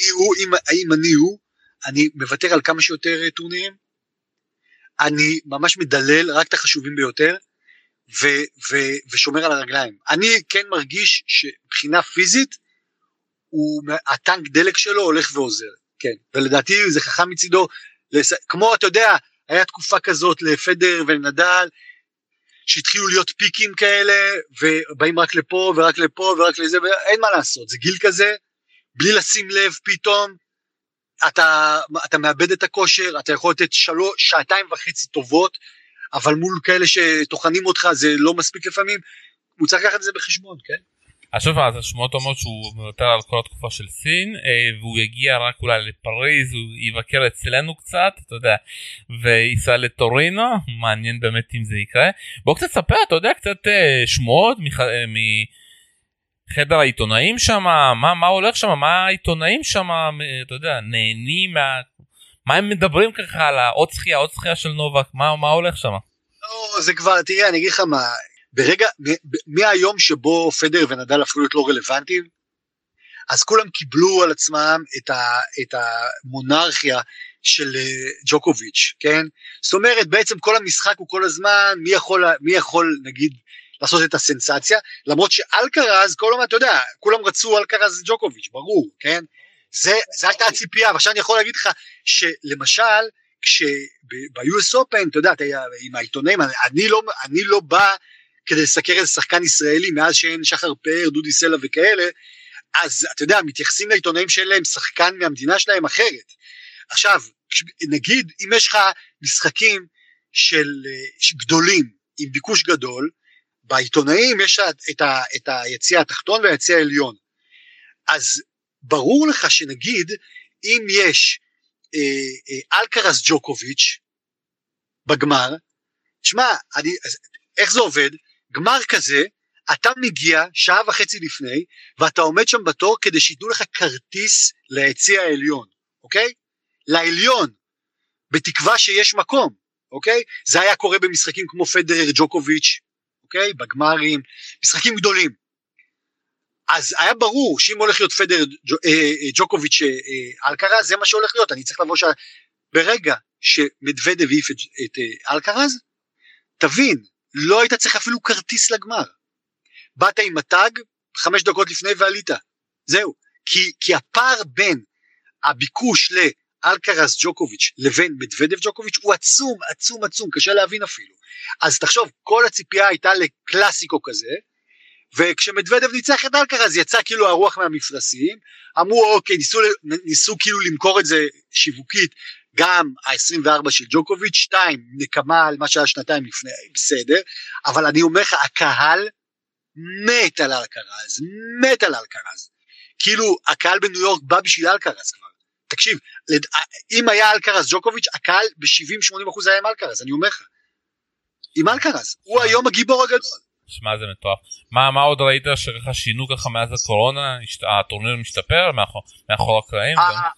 אני מוותר על כמה שיותר טורנירים, אני ממש מדלל רק את החשובים ביותר, ושומר על הרגליים. אני כן מרגיש שבחינה פיזית, הטנק דלק שלו הולך ועוזר, כן, ולדעתי זה חכם מצידו, כמו אתה יודע, היה תקופה כזאת לפדר ולנדל, שהתחילו להיות פיקים כאלה, ובאים רק לפה ורק לפה ורק לזה, ואין מה לעשות, זה גיל כזה, בלי לשים לב פתאום, אתה מאבד את הכושר, אתה יכול לתת 2.5 טובות, אבל מול כאלה שתוכנים אותך, זה לא מספיק לפעמים, הוא צריך לקחת את זה בחשבון, כן? עכשיו אז השמועות אומרות שהוא מוותר על כל התקופה של סין, והוא יגיע רק אולי לפריז, הוא יבקר אצלנו קצת, אתה יודע, וייסע לטורינו, מעניין באמת אם זה יקרה. בוא קצת ספר, אתה יודע, קצת שמועות מחדר העיתונאים שם, מה הולך שם, מה העיתונאים שם, אתה יודע, נהנים, מה הם מדברים ככה על עוד זכייה של נובק, מה הולך שם? לא, זה כבר, תראה, אני אגיד לך מה, מהיום שבו פדר ונדל הפכו להיות לא רלוונטיים, אז כולם קיבלו על עצמם את המונרכיה של ג'וקוביץ', כן? זאת אומרת, בעצם כל המשחק הוא כל הזמן, מי יכול נגיד לעשות את הסנסציה, למרות שאלקרז, אתה יודע, כולם רצו אלקרז ג'וקוביץ', ברור, כן? זה הייתה הציפייה, ועכשיו אני יכול להגיד לך, שלמשל, ב-US Open, אתה יודע, עם העיתונאים, אני לא בא, כדי לסקר איזה שחקן ישראלי, מאז שאין שחר פאר, דודי סלע וכאלה, אז אתה יודע, מתייחסים לעיתונאים שאין להם שחקן מהמדינה שלהם אחרת. עכשיו, נגיד, אם יש לך משחקים גדולים, עם ביקוש גדול, בעיתונאים יש את היציע התחתון והיציע העליון. אז ברור לך שנגיד, אם יש אלקרז ג'וקוביץ' בגמר, תשמע, איך זה עובד? גמר כזה, אתה מגיע 1.5 שעה לפני, ואתה עומד שם בתור כדי שיתנו לך כרטיס ליציע העליון, אוקיי? לעליון, בתקווה שיש מקום, אוקיי? זה היה קורה במשחקים כמו פדרר ג'וקוביץ', אוקיי? בגמרים, משחקים גדולים. אז היה ברור שאם הולך להיות פדרר ג'וקוביץ' אלקרז, זה מה שהולך להיות, אני צריך לבוא ברגע שמדוודב העיף את אלקרז, תבין, לא היית צריך אפילו כרטיס לגמר. באת עם הטאג 5 דקות לפני ועלית. זהו. כי הפער בין הביקוש לאלקרז ג'וקוביץ' לבין מדוודב ג'וקוביץ' הוא עצום, עצום, עצום, קשה להבין אפילו. אז תחשוב, כל הציפייה הייתה לקלאסיקו כזה, וכשמדוודב ניצח את אלקרז יצא כאילו הרוח מהמפרשים, אמרו אוקיי, ניסו כאילו למכור את זה שיווקית, גם ה-24 של ג'וקוביץ', 2 נקמה על מה שהיה 2 לפני, בסדר, אבל אני אומר לך, הקהל מת על אלקרז, כאילו הקהל בניו יורק בא בשביל אלקרז כבר, תקשיב, אם היה אלקרז ג'וקוביץ', הקהל ב-70-80% היה עם אלקרז, אני אומר לך, עם אלקרז, הוא היום הגיבור הגדול. שמע, זה מטורף. מה עוד ראית שככה שינו ככה מאז הקורונה, הטורניר משתפר מאחור הקלעים?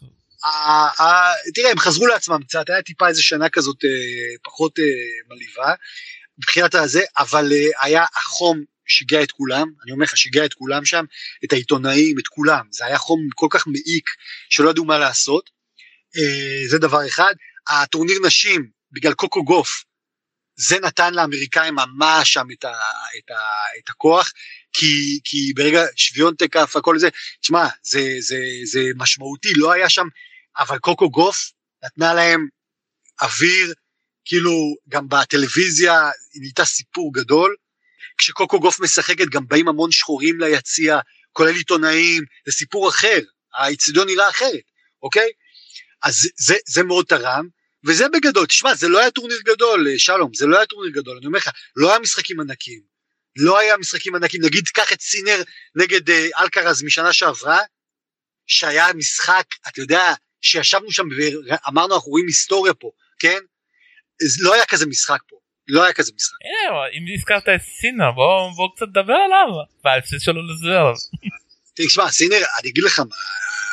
תראה, הם חזרו לעצמם קצת, היה טיפה איזה שנה כזאת פחות מליבה, מבחינת הזה, אבל היה החום שיגע את כולם, אני אומר לך, שיגע את כולם שם, את העיתונאים, את כולם, זה היה חום כל כך מעיק, שלא ידעו מה לעשות, זה דבר אחד. הטורניר נשים בגלל קוקו גוף, זה נתן לאמריקאים ממש שם את הכוח, כי ברגע שוויונטק הכל זה, תשמע, זה משמעותי, לא היה שם, אבל קוקו גוף נתנה להם אוויר, כאילו גם בטלוויזיה נהייתה סיפור גדול, כשקוקו גוף משחקת גם באים המון שחורים ליציע, כולל עיתונאים, זה סיפור אחר, האיצטדיון נראה אחרת, אוקיי? אז זה מאוד תרם, וזה בגדול, תשמע, זה לא היה טורניר גדול, שלום, זה לא היה טורניר גדול, אני אומר לך, לא היה משחקים ענקים, נגיד קח את סינר נגד אלקרז משנה שעברה, שהיה משחק, אתה יודע, שישבנו שם ואמרנו אנחנו רואים היסטוריה פה, כן? לא היה כזה משחק פה, אם הזכרת את סינר, בוא קצת דבר עליו, וההפסד שלו לזוהר. תשמע, סינר, אני אגיד לך מה,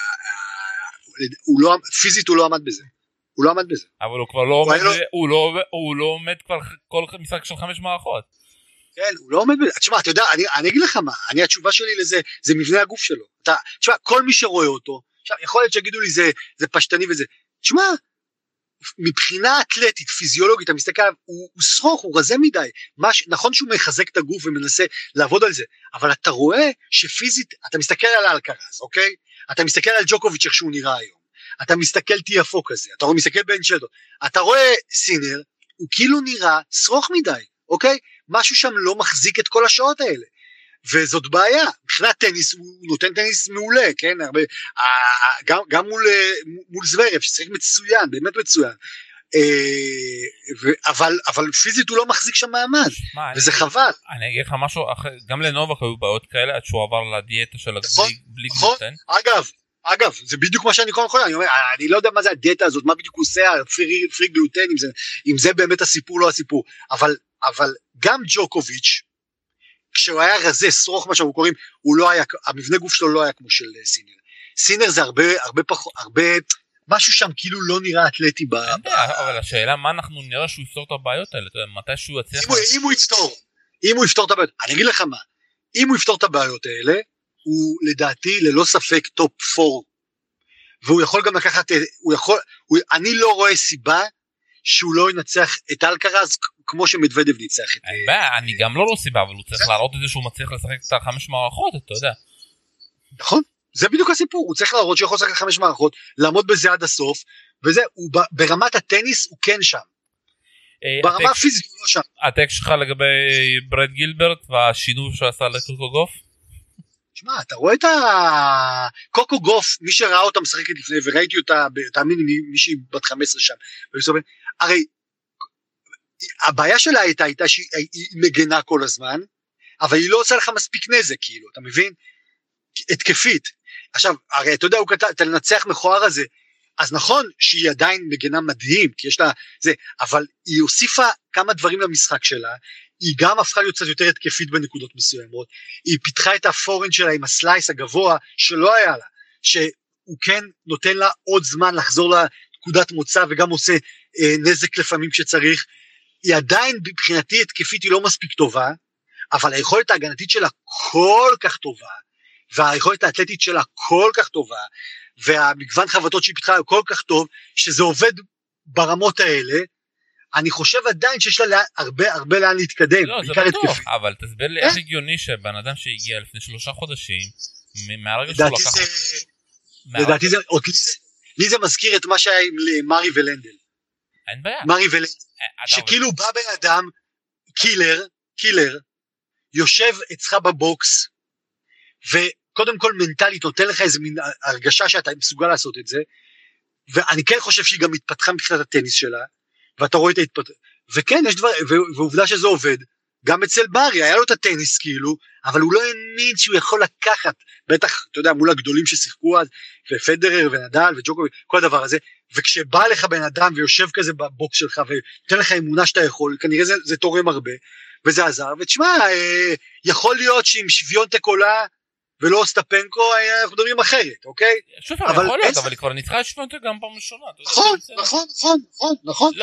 פיזית הוא לא עמד בזה. אבל הוא כבר לא עומד כבר כל משחק של 5 מערכות. כן, הוא לא עומד בזה. תשמע, אתה יודע, אני אגיד לך מה, התשובה שלי לזה, זה מבנה הגוף שלו. תשמע, כל מי שרואה אותו, יכול להיות שיגידו לי זה פשטני וזה. תשמע, מבחינה אתלטית, פיזיולוגית, אתה מסתכל עליו, הוא שרוך, הוא רזה מדי. נכון שהוא מחזק את הגוף ומנסה לעבוד על זה, אבל אתה רואה שפיזית, אתה מסתכל על אלקרז, אוקיי? אתה מסתכל על ג'וקוביץ' איך שהוא נראה היום. אתה מסתכל תיאפו כזה, אתה מסתכל בין שלדו, אתה רואה סינר, הוא כאילו נראה שרוך מדי, אוקיי? משהו שם לא מחזיק את כל השעות האלה, וזאת בעיה, מבחינת טניס, הוא נותן טניס מעולה, כן? גם מול זוורב, שצריך מצוין, באמת מצוין, אבל פיזית הוא לא מחזיק שם מעמד, וזה חבל. אני אגיד לך משהו, גם לנובק היו בעיות כאלה, עד שהוא עבר לדיאטה של בלי גלוטן. אגב, זה בדיוק מה שאני קורא, אני לא יודע מה זה הדיאטה הזאת, מה בדיוק הוא עושה, פרי גלוטן, אם זה באמת הסיפור, לא הסיפור, אבל גם ג'וקוביץ', כשהוא היה רזה, שרוך מה שאנחנו קוראים, המבנה גוף שלו לא היה כמו של סינר. סינר זה הרבה, משהו שם כאילו לא נראה אתלטי. אבל השאלה, מה אנחנו נראה שהוא יפתור את הבעיות האלה, מתי שהוא יצליח... אם הוא יפתור את הבעיות, אני אגיד לך מה, אם הוא יפתור את הבעיות האלה, הוא לדעתי ללא ספק טופ 4, והוא יכול גם לקחת, אני לא רואה סיבה שהוא לא ינצח את אלקרז כמו שמדוודב ניצח את... אני גם לא רואה סיבה, אבל הוא צריך להראות את זה שהוא מצליח לשחק את 5 מערכות, אתה יודע. נכון, זה בדיוק הסיפור, הוא צריך להראות שהוא יכול לשחק 5 מערכות, לעמוד בזה עד הסוף, וזה, ברמת הטניס הוא כן שם. ברמה הפיזית הוא לא שם. הטקסט שלך לגבי ברד גילברט והשינוי שהוא עשה לקוקו גוף? תשמע, אתה רואה את קוקו גוף, מי שראה אותה משחקת לפני, וראיתי אותה, תאמיני לי, מישהי בת 15 שם, הרי הבעיה שלה הייתה שהיא מגנה כל הזמן, אבל היא לא עושה לך מספיק נזק, כאילו, אתה מבין? התקפית. עכשיו, הרי אתה יודע, אתה לנצח מכוער הזה, אז נכון שהיא עדיין מגנה מדהים, כי יש לה זה, אבל היא הוסיפה כמה דברים למשחק שלה, היא גם הפכה להיות קצת יותר התקפית בנקודות מסוימות, היא פיתחה את הפורנד שלה עם הסלייס הגבוה שלא היה לה, שהוא כן נותן לה עוד זמן לחזור לנקודת מוצא וגם עושה נזק לפעמים כשצריך, היא עדיין מבחינתי התקפית היא לא מספיק טובה, אבל היכולת ההגנתית שלה כל כך טובה, והיכולת האתלטית שלה כל כך טובה, והמגוון חבטות שהיא פיתחה כל כך טוב, שזה עובד ברמות האלה, אני חושב עדיין שיש לה הרבה לאן להתקדם. לא, זה בטוח, אבל תסביר לי איך הגיוני שבן אדם שהגיע לפני 3 חודשים, מהרגע שהוא לקח... לדעתי זה, לי זה מזכיר את מה שהיה עם מרי ולנדל. אין בעיה. מרי ולנדל, שכאילו בא בן אדם, קילר, יושב אצלך בבוקס, וקודם כל מנטלית נותן לך איזה מין הרגשה שאתה מסוגל לעשות את זה, ואני כן חושב שהיא גם התפתחה מבחינת הטניס שלה, ואתה רואה את ההתפתחות, וכן יש דבר, ועובדה שזה עובד, גם אצל ברי, היה לו את הטניס כאילו, אבל הוא לא האמין שהוא יכול לקחת, בטח, אתה יודע, מול הגדולים ששיחקו אז, ופדרר ונדל וג'וקוביץ', כל הדבר הזה, וכשבא לך בן אדם ויושב כזה בבוקס שלך, ונותן לך אמונה שאתה יכול, כנראה זה תורם הרבה, וזה עזר, ותשמע, יכול להיות שעם שוויונטק עולה, ולא אוסטפנקו, אנחנו מדברים אחרת, אוקיי? שוב, יכול להיות, אבל היא כבר ניצחה את שוויונטק גם פעם ראשונה. נכון. לא,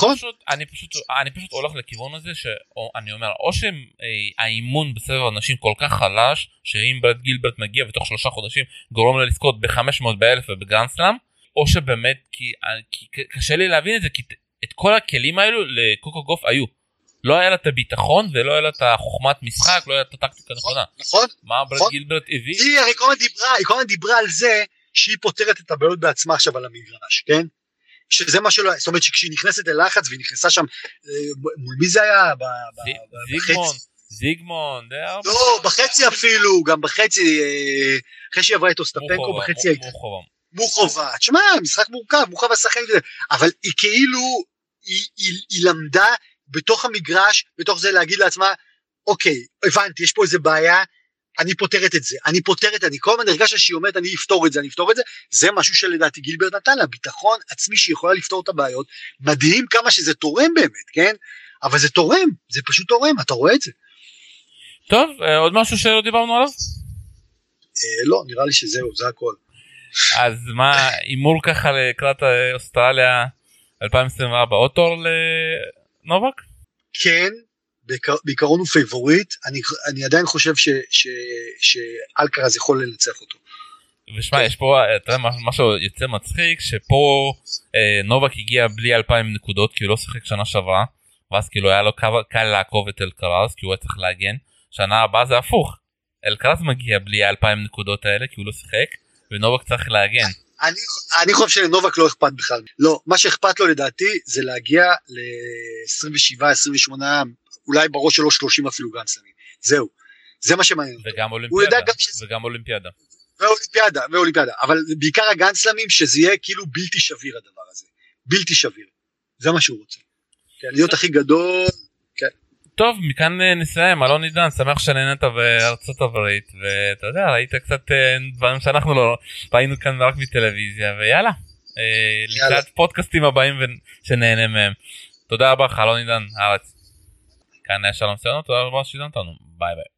אני פשוט הולך לכיוון הזה, שאני אומר, או שהאימון בסבב אנשים כל כך חלש, שאם ברד גילברט מגיע ותוך 3 חודשים, גורם לה לזכות ב-500 ב-1000 ובגרנד סלאם, או שבאמת, כי קשה לי להבין את זה, כי את כל הכלים האלו לקוקו גוף היו. לא היה לה את הביטחון ולא היה לה את החוכמת משחק, לא היה לה את הטקטיקה נכונה. נכון. מה ברד גילברט הביא? היא הרי כל הזמן דיברה על זה שהיא פותרת את הבעיות בעצמה עכשיו על המגרש, כן? שזה מה שלא, זאת אומרת שכשהיא נכנסת ללחץ והיא נכנסה שם, מול מי זה היה? זיגמונד. לא, בחצי אפילו, גם בחצי, אחרי שהיא עברה את אוסטפנקו, בחצי הייתה. מוחובה. תשמע, משחק מורכב השחקן, אבל היא כאילו, היא למדה בתוך המגרש, בתוך זה להגיד לעצמה, אוקיי, הבנתי, יש פה איזה בעיה, אני פותרת את זה, אני כל הזמן הרגשת שהיא אומרת, אני אפתור את זה, זה משהו שלדעתי גילברט נתן לה, ביטחון עצמי שהיא יכולה לפתור את הבעיות, מדהים כמה שזה תורם באמת, כן? אבל זה תורם, זה פשוט תורם, אתה רואה את זה. טוב, עוד משהו שלא דיברנו עליו? לא, נראה לי שזהו, זה הכל. אז מה, אימור ככה לקראת אוסטרליה 2024, עוד תור לנובק? כן, בעיקרון הוא פייבוריט, אני עדיין חושב שאלקרז יכול לנצח אותו. ושמע, יש פה משהו יוצא מצחיק, שפה נובק הגיע בלי 2,000 נקודות, כי הוא לא שיחק שנה שעברה, ואז כאילו היה לו קל לעקוב את אלקרז, כי הוא היה צריך להגן. שנה הבאה זה הפוך, אלקרז מגיע בלי 2,000 נקודות האלה, כי הוא לא שיחק, ונובק צריך להגן. אני חושב שלנובק לא אכפת בכלל. לא, מה שאכפת לו לדעתי, זה להגיע ל-27, 28, אולי בראש שלו 30 אפילו גרנדסלמים. זהו, זה מה שמעניין. וגם אולימפיאדה. ואולימפיאדה, אבל בעיקר הגרנדסלמים, שזה יהיה כאילו בלתי שביר הדבר הזה. בלתי שביר. זה מה שהוא רוצה. כן, להיות הכי גדול. כן. טוב, מכאן נסיים, אלון עידן, שמח שנהנית בארצות הברית, ואתה יודע, ראית קצת דברים שאנחנו לא ראינו כאן רק בטלוויזיה, ויאללה, לקראת פודקאסטים הבאים שנהנה מהם. תודה רבה לך, אלון עידן, הארץ. כאן היה שלום ציונות, תודה רבה שהזמנת אותנו, ביי ביי.